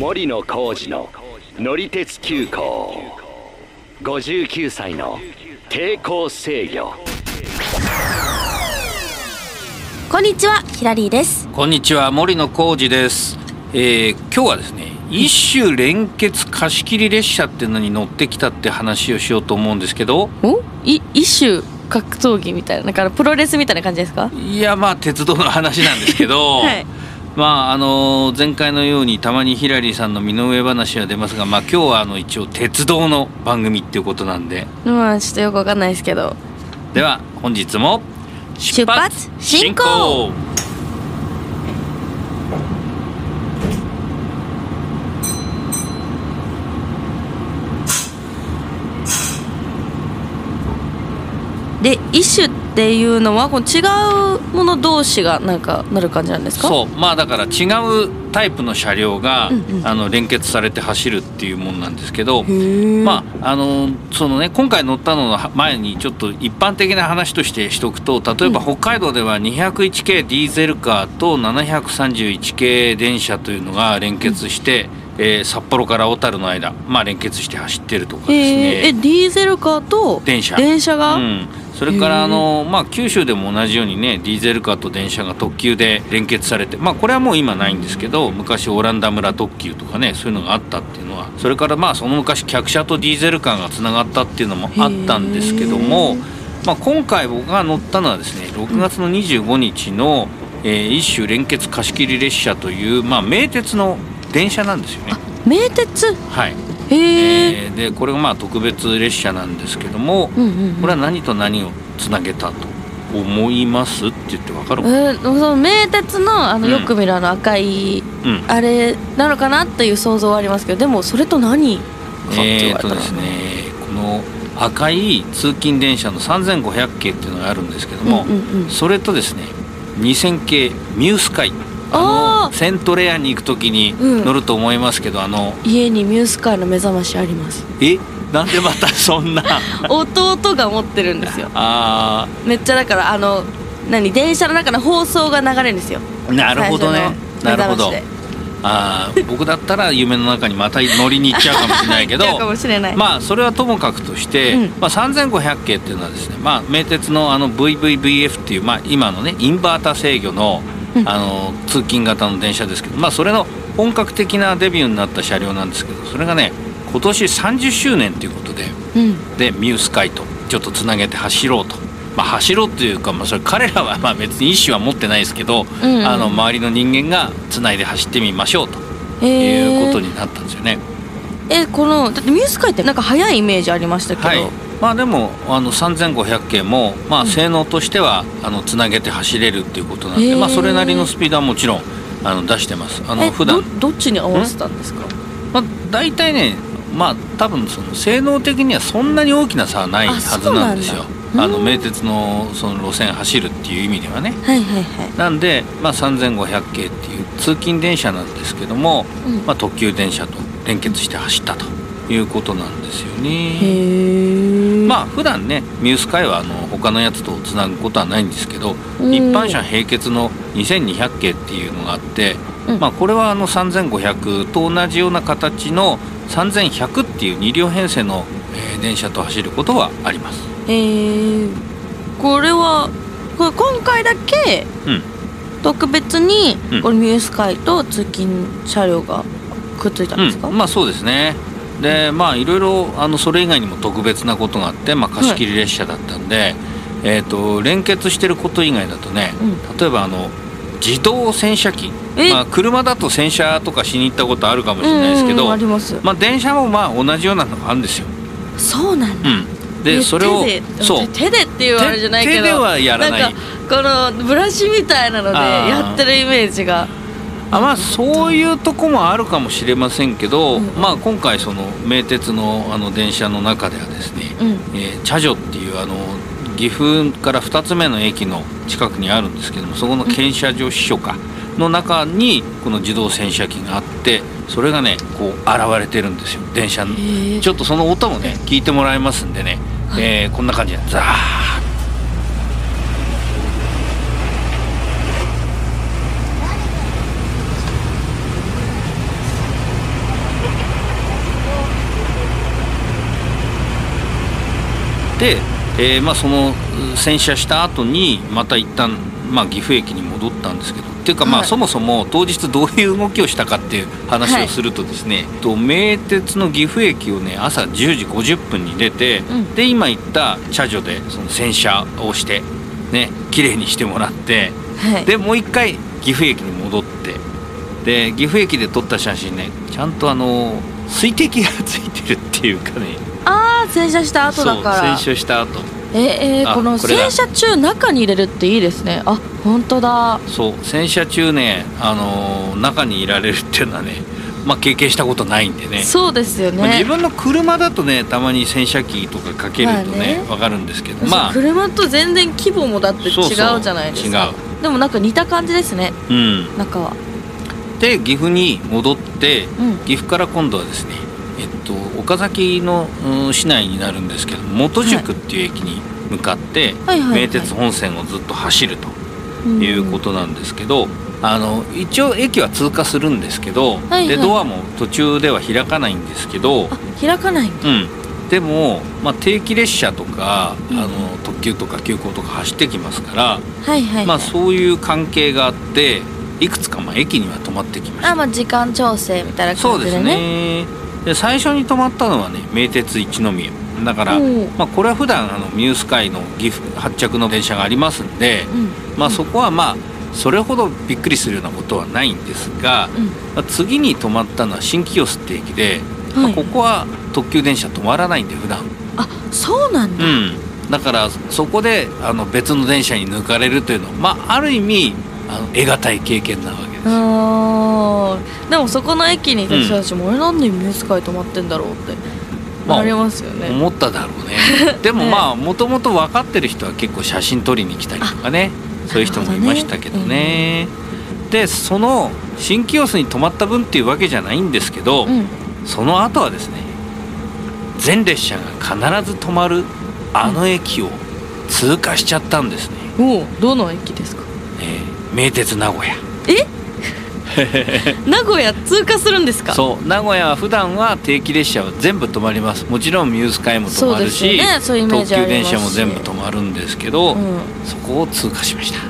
森野浩二の乗り鉄急行。59歳の抵抗制御。 こんにちは、ヒラリーです。 こんにちは、森野浩二です。今日はですね、一種連結貸し切り列車っていうのに乗ってきたって話をしようと思うんですけど。 一種格闘技みたいな、なんかプロレスみたいな感じですか？ いや、まあ鉄道の話なんですけど、はい、まあ前回のようにたまにヒラリーさんの身の上話は出ますが、まあ今日は一応鉄道の番組っていうことなんで、 まあちょっとよくわかんないですけど。 では本日も出発進行。で、一種っていうのはこう違うもの同士がなんかなる感じなんですか？ そう、まあだから違うタイプの車両が、連結されて走るっていうものなんですけど、まあそのね、今回乗ったのの前にちょっと一般的な話としてしとくと、例えば北海道では201系ディーゼルカーと731系電車というのが連結して、札幌から小樽の間、連結して走ってるとかですね。 ディーゼルカーと電車が、 それから九州でも同じようにね、ディーゼルカーと電車が特急で連結されて、これはもう今ないんですけど、昔オランダ村特急とかね、そういうのがあったっていうのは、それからその昔客車とディーゼルカーがつながったっていうのもあったんですけども、今回僕が乗ったのはですね、6月の25日の、一種連結貸し切り列車という、名鉄の電車なんですよね。 名鉄？ はい。でこれが特別列車なんですけども、これは何と何をつなげたと思いますって言って分かる？ その名鉄のよく見る赤い、あれなのかなっていう想像はありますけど、でもそれと何かって言われたら、 ですね、この赤い通勤電車の3500系っていうのがあるんですけども、それとですね2000系ミュースカイ、セントレアに行くときに乗ると思いますけど、 家にミュースカイの目覚ましあります。 なんでまたそんな弟が持ってるんですよ。めっちゃだから電車の中の放送が流れるんですよ。 なるほどね、なるほど。僕だったら夢の中にまた乗りに行っちゃうかもしれないけどそれはともかくとして、3500系っていうのはですね、名鉄のVVVF っていう、今のねインバータ制御の通勤型の電車ですけど、それの本格的なデビューになった車両なんですけど、それがね今年30周年ということで、でミュースカイとちょっとつなげて走ろうと、走ろうというか、それ彼らは別に意思は持ってないですけど、周りの人間がつないで走ってみましょうということになったんですよね。 だってミュースカイってなんか速いイメージありましたけど、 でも3500系も、性能としてはつなげて走れるっていうことなんで、それなりのスピードはもちろん出してます。普段どっちに合わせたんですか？ 大体ね、多分その性能的にはそんなに大きな差はないはずなんですよ。名鉄のその路線走るっていう意味ではね。なんで、3500系っていう通勤電車なんですけども、特急電車と連結して走ったということなんですよね。普段ねミュースカイは他のやつとつなぐことはないんですけど、一般車並結の2200系っていうのがあって、これは3500と同じような形の3100っていう2両編成の、電車と走ることはあります。 これ今回だけ、特別にこれミュースカイと通勤車両がくっついたんですか？ そうですね。でいろいろそれ以外にも特別なことがあって、貸し切り列車だったんで、連結してること以外だとね、例えば自動洗車機、車だと洗車とかしに行ったことあるかもしれないですけど、電車も同じようなのがあるんですよ。 そうなんだ。 でそれを手でっていうあれじゃないけど、 手ではやらない、 なんかこのブラシみたいなのでやってるイメージが。 そういうとこもあるかもしれませんけど、今回その名鉄の電車の中ではですね、茶女っていう岐阜から2つ目の駅の近くにあるんですけども、そこの検車場支所の中にこの自動洗車機があって、それがねこう現れてるんですよ、電車に。ちょっとその音もね聞いてもらえますんでね、こんな感じでザーッで、その洗車した後にまた一旦、岐阜駅に戻ったんですけど、っていうかそもそも当日どういう動きをしたかっていう話をするとですね、名鉄の岐阜駅をね朝10時50分に出て、で今言った茶女でその洗車をしてね綺麗にしてもらって、でもう一回岐阜駅に戻って、で岐阜駅で撮った写真ね、ちゃんと水滴がついてるっていうかね、 洗車した後だから。 そう洗車した後。 この洗車中中に入れるっていいですね。本当だ。 そう洗車中ね、中にいられるっていうのはね、経験したことないんでね。 そうですよね。 自分の車だとねたまに洗車機とかかけるとね分かるんですけど、 車と全然規模もだって違うじゃないですか。 違う。 でもなんか似た感じですね、中は。 で岐阜に戻って、岐阜から今度はですね、岡崎の市内になるんですけど、本宿っていう駅に向かって、名鉄本線をずっと走るということなんですけど、一応駅は通過するんですけど、でドアも途中では開かないんですけど、 開かないんだ。 でも、定期列車とか、特急とか急行とか走ってきますから、そういう関係があっていくつか駅には止まってきました。 時間調整みたいなそうで感じですね。で最初に止まったのはね名鉄一宮だから、これは普段ミュースカイの岐阜発着の電車がありますんで、そこはそれほどびっくりするようなことはないんですが、次に止まったのは新清洲って駅で、ここは特急電車止まらないんで普段。 そうなんだ。 だからそこで別の電車に抜かれるというのは、ある意味得難い経験なわけです。 でもそこの駅にいた人たちも、なんでミュースカイ止まってんだろうってなりますよね。 思っただろうね。でももともと分かってる人は結構写真撮りに来たりとかね、そういう人もいましたけどね。でその新清洲に止まった分っていうわけじゃないんですけど、その後はですね全列車が必ず止まる駅を通過しちゃったんですね。 どの駅ですか？ 名鉄名古屋。 名古屋通過するんですか？ そう名古屋は普段は定期列車は全部止まります。もちろんミュースカイも止まるし、特急電車も全部止まるんですけど、そこを通過しました。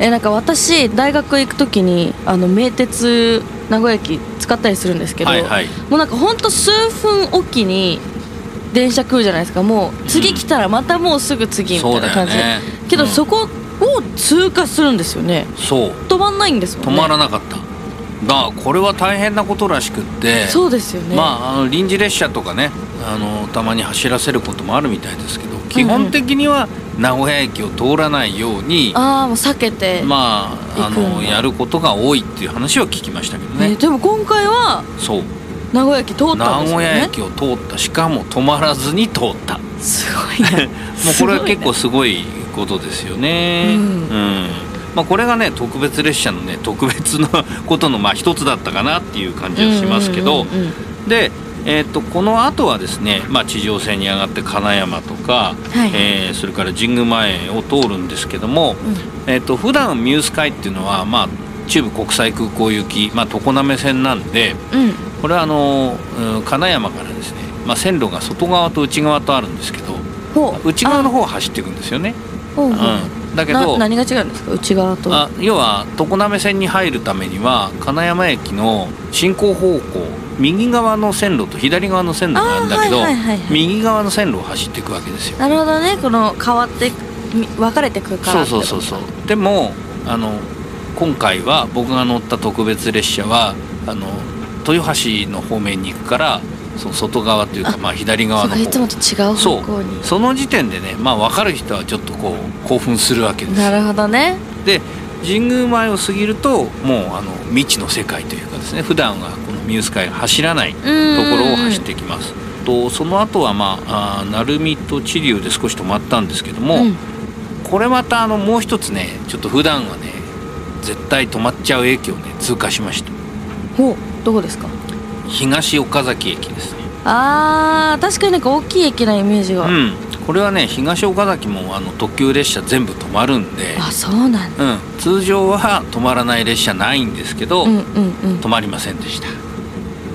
なんか私大学行く時に名鉄名古屋駅使ったりするんですけど、もうなんかほんと数分おきに電車来るじゃないですか。もう次来たらまたもうすぐ次みたいな感じで、けどそこを通過するんですよね。 そう止まんないんですもんね。 止まらなかったが、これは大変なことらしくって、 そうですよね。 臨時列車とかねたまに走らせることもあるみたいですけど、基本的には名古屋駅を通らないように、 もう避けてやることが多いっていう話は聞きましたけどね。 でも今回はそう名古屋駅通ったんですよね。 名古屋駅を通った。しかも止まらずに通った。 すごいね。もうこれは結構すごいことですよね。これがね特別列車のね特別なことの一つだったかなっていう感じはしますけど、で、この後はですね、地上線に上がって金山とか、それから神宮前を通るんですけども、普段ミュースカイっていうのは中部国際空港行き、常滑線なんで、これは金山からですね、線路が外側と内側とあるんですけど、内側の方を走っていくんですよね。だけど何が違うんですか？内側と。 要は常滑線に入るためには金山駅の進行方向右側の線路と左側の線路があるんだけど、右側の線路を走っていくわけですよ。 なるほどね。この変わって分かれてくるからってこと。 そうでも今回は僕が乗った特別列車は豊橋の方面に行くから、その外側というか左側の方、 いつもと違う方向に。 その時点でね分かる人はちょっと興奮するわけです。 なるほどね。 で神宮前を過ぎるともう未知の世界というかですね、普段はこのミュースカイが走らないところを走ってきます。その後は鳴海と知立で少し止まったんですけども、これまたもう一つねちょっと普段はね絶対止まっちゃう駅をね通過しました。 どこですか？ 東岡崎駅ですね。 確かになんか大きい駅なイメージが。 これはね東岡崎も特急列車全部止まるんで。 そうなんだ。通常は止まらない列車ないんですけど、止まりませんでした。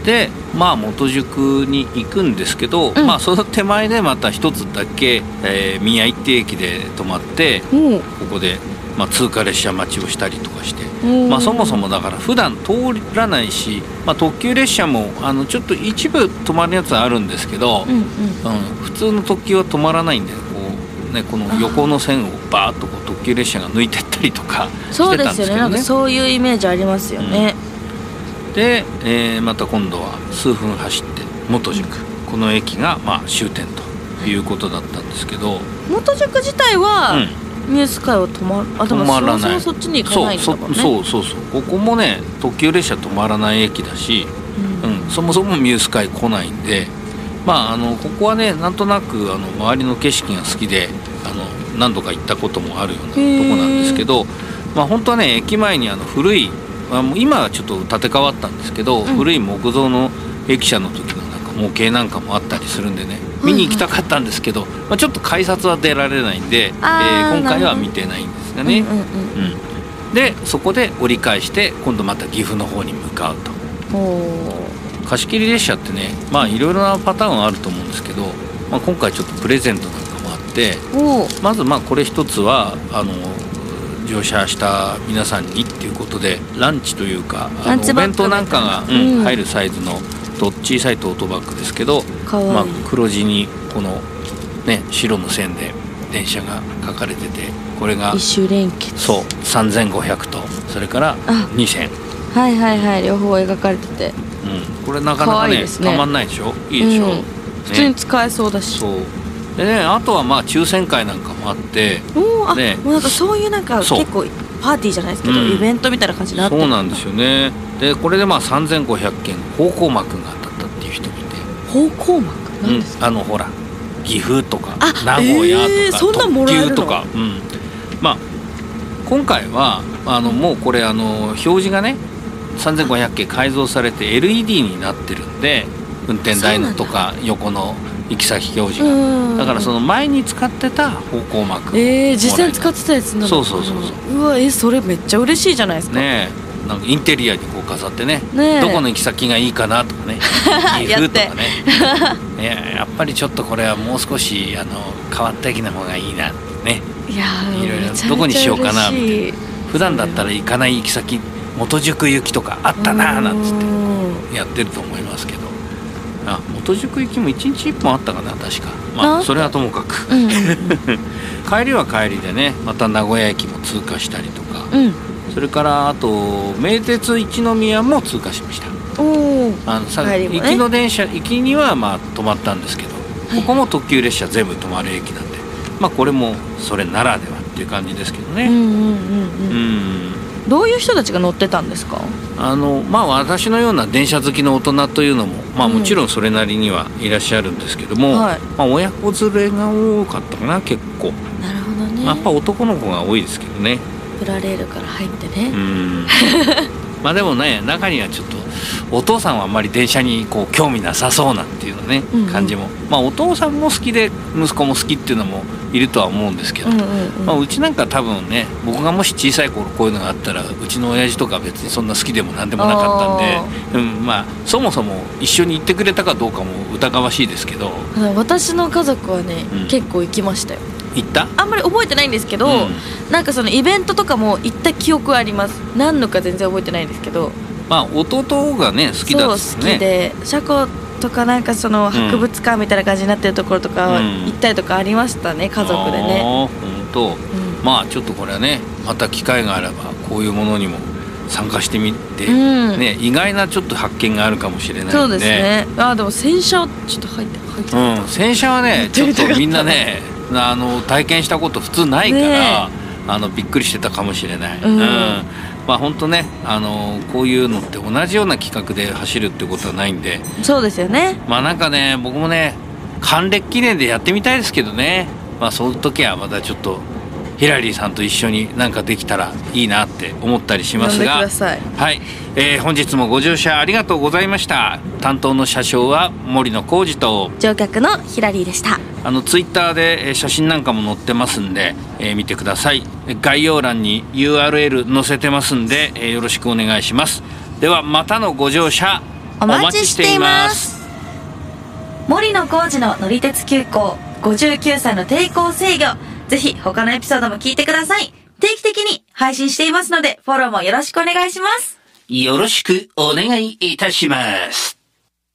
で元宿に行くんですけど、その手前でまた一つだけ、宮一定駅で止まって、ここで、通過列車待ちをしたりとかして、そもそもだから普段通らないし、特急列車もちょっと一部止まるやつはあるんですけど、普通の特急は止まらないんで、この横の線をバーッと特急列車が抜いてったりとかしてたんですけどね。そうですよね、 なんかそういうイメージありますよね。 で、また今度は数分走って元宿、この駅が終点ということだったんですけど、 元宿自体は、ミュースカイは止まらない。そっちに行かないんだもんね。そうここもね特急列車止まらない駅だし、そもそもミュースカイ来ないんで、ここはねなんとなく周りの景色が好きで何度か行ったこともあるようなとこなんですけど、本当はね駅前に古い、今はちょっと建て替わったんですけど、古い木造の駅舎の時のなんか模型なんかもあったりするんでね、見に行きたかったんですけど、ちょっと改札は出られないんで、今回は見てないんですがね。でそこで折り返して今度また岐阜の方に向かうと。貸し切り列車ってねいろいろなパターンはあると思うんですけど、今回ちょっとプレゼントなんかもあって、まずこれ一つは乗車した皆さんにっていうことでランチというかお弁当なんかが、入るサイズの小さいトートバッグですけど、黒地にこのね白の線で電車が書かれてて、これが一周連結、 そう3500とそれから2000、 両方描かれてて、 これなかなかねたまんないでしょ。いいでしょ、 普通に使えそうだし。 そうでね、あとは抽選会なんかもあって、 もうなんかそういうなんか結構パーティーじゃないですけど、イベントみたいな感じになってる。 そうなんですよね。でこれで3500件方向幕が当たったっていう人もいて。 方向幕なんですか？ ほら岐阜とか名古屋とか、 そんなんもらえるの？ 特急とか、今回はもうこれ表示がね3500件改造されて LED になってるんで、運転台のとか横の行き先表示が、だからその前に使ってた方向幕、 実際に使ってたやつなの。 そううわ、それめっちゃ嬉しいじゃないですかね。なんかインテリアにこう飾ってね、どこの行き先がいいかなとかね、岐阜とかねやっぱりちょっとこれはもう少し変わった駅の方がいいなね。いろいろどこにしようかなみたいな。普段だったら行かない行き先元宿行きとかあったななんつってやってると思いますけど、元宿行きも1日1本あったかな確か。それはともかく帰りは帰りでね、また名古屋駅も通過したりとか、それからあと名鉄一宮も通過しました。行きの電車行きには止まったんですけど、ここも特急列車全部止まる駅なんで、これもそれならではっていう感じですけどね。 どういう人たちが乗ってたんですか？ 私のような電車好きの大人というのも、もちろんそれなりにはいらっしゃるんですけども、親子連れが多かったかな結構。 なるほどね。 やっぱ男の子が多いですけどね。 プラレールから入ってね。 でもね、中にはちょっとお父さんはあんまり電車にこう興味なさそうなっていうのね、感じも、お父さんも好きで息子も好きっていうのもいるとは思うんですけど、うちなんか多分ね、僕がもし小さい頃こういうのがあったら、うちの親父とか別にそんな好きでもなんでもなかったんで、そもそも一緒に行ってくれたかどうかも疑わしいですけど、 私の家族はね、結構行きましたよ。 行った？ あんまり覚えてないんですけど、なんかそのイベントとかも行った記憶はあります。何のか全然覚えてないんですけど、 弟がね好きだったんですね。 そう好きで、車庫とかなんかその博物館みたいな感じになってるところとか行ったりとかありましたね、家族でね。 本当、ちょっとこれはね、また機会があればこういうものにも参加してみて、意外なちょっと発見があるかもしれないんで。 そうですね。でも洗車ちょっと入って洗車はねちょっとみんなね体験したこと普通ないから、びっくりしてたかもしれない。本当ね、こういうのって同じような企画で走るってことはないんで。 そうですよね。 なんかね、僕もね還暦記念でやってみたいですけどね。その時はまたちょっとヒラリーさんと一緒になんかできたらいいなって思ったりしますが、はい、本日もご乗車ありがとうございました。担当の車掌は森野浩二と乗客のヒラリーでした。 ツイッターで写真なんかも載ってますんで、見てください。概要欄に URL 載せてますんで、よろしくお願いします。ではまたのご乗車お待ちしています。森野浩二の乗り鉄急行、59歳の抵抗制御。ぜひ他のエピソードも聞いてください。定期的に配信していますので、フォローもよろしくお願いします。 よろしくお願いいたします。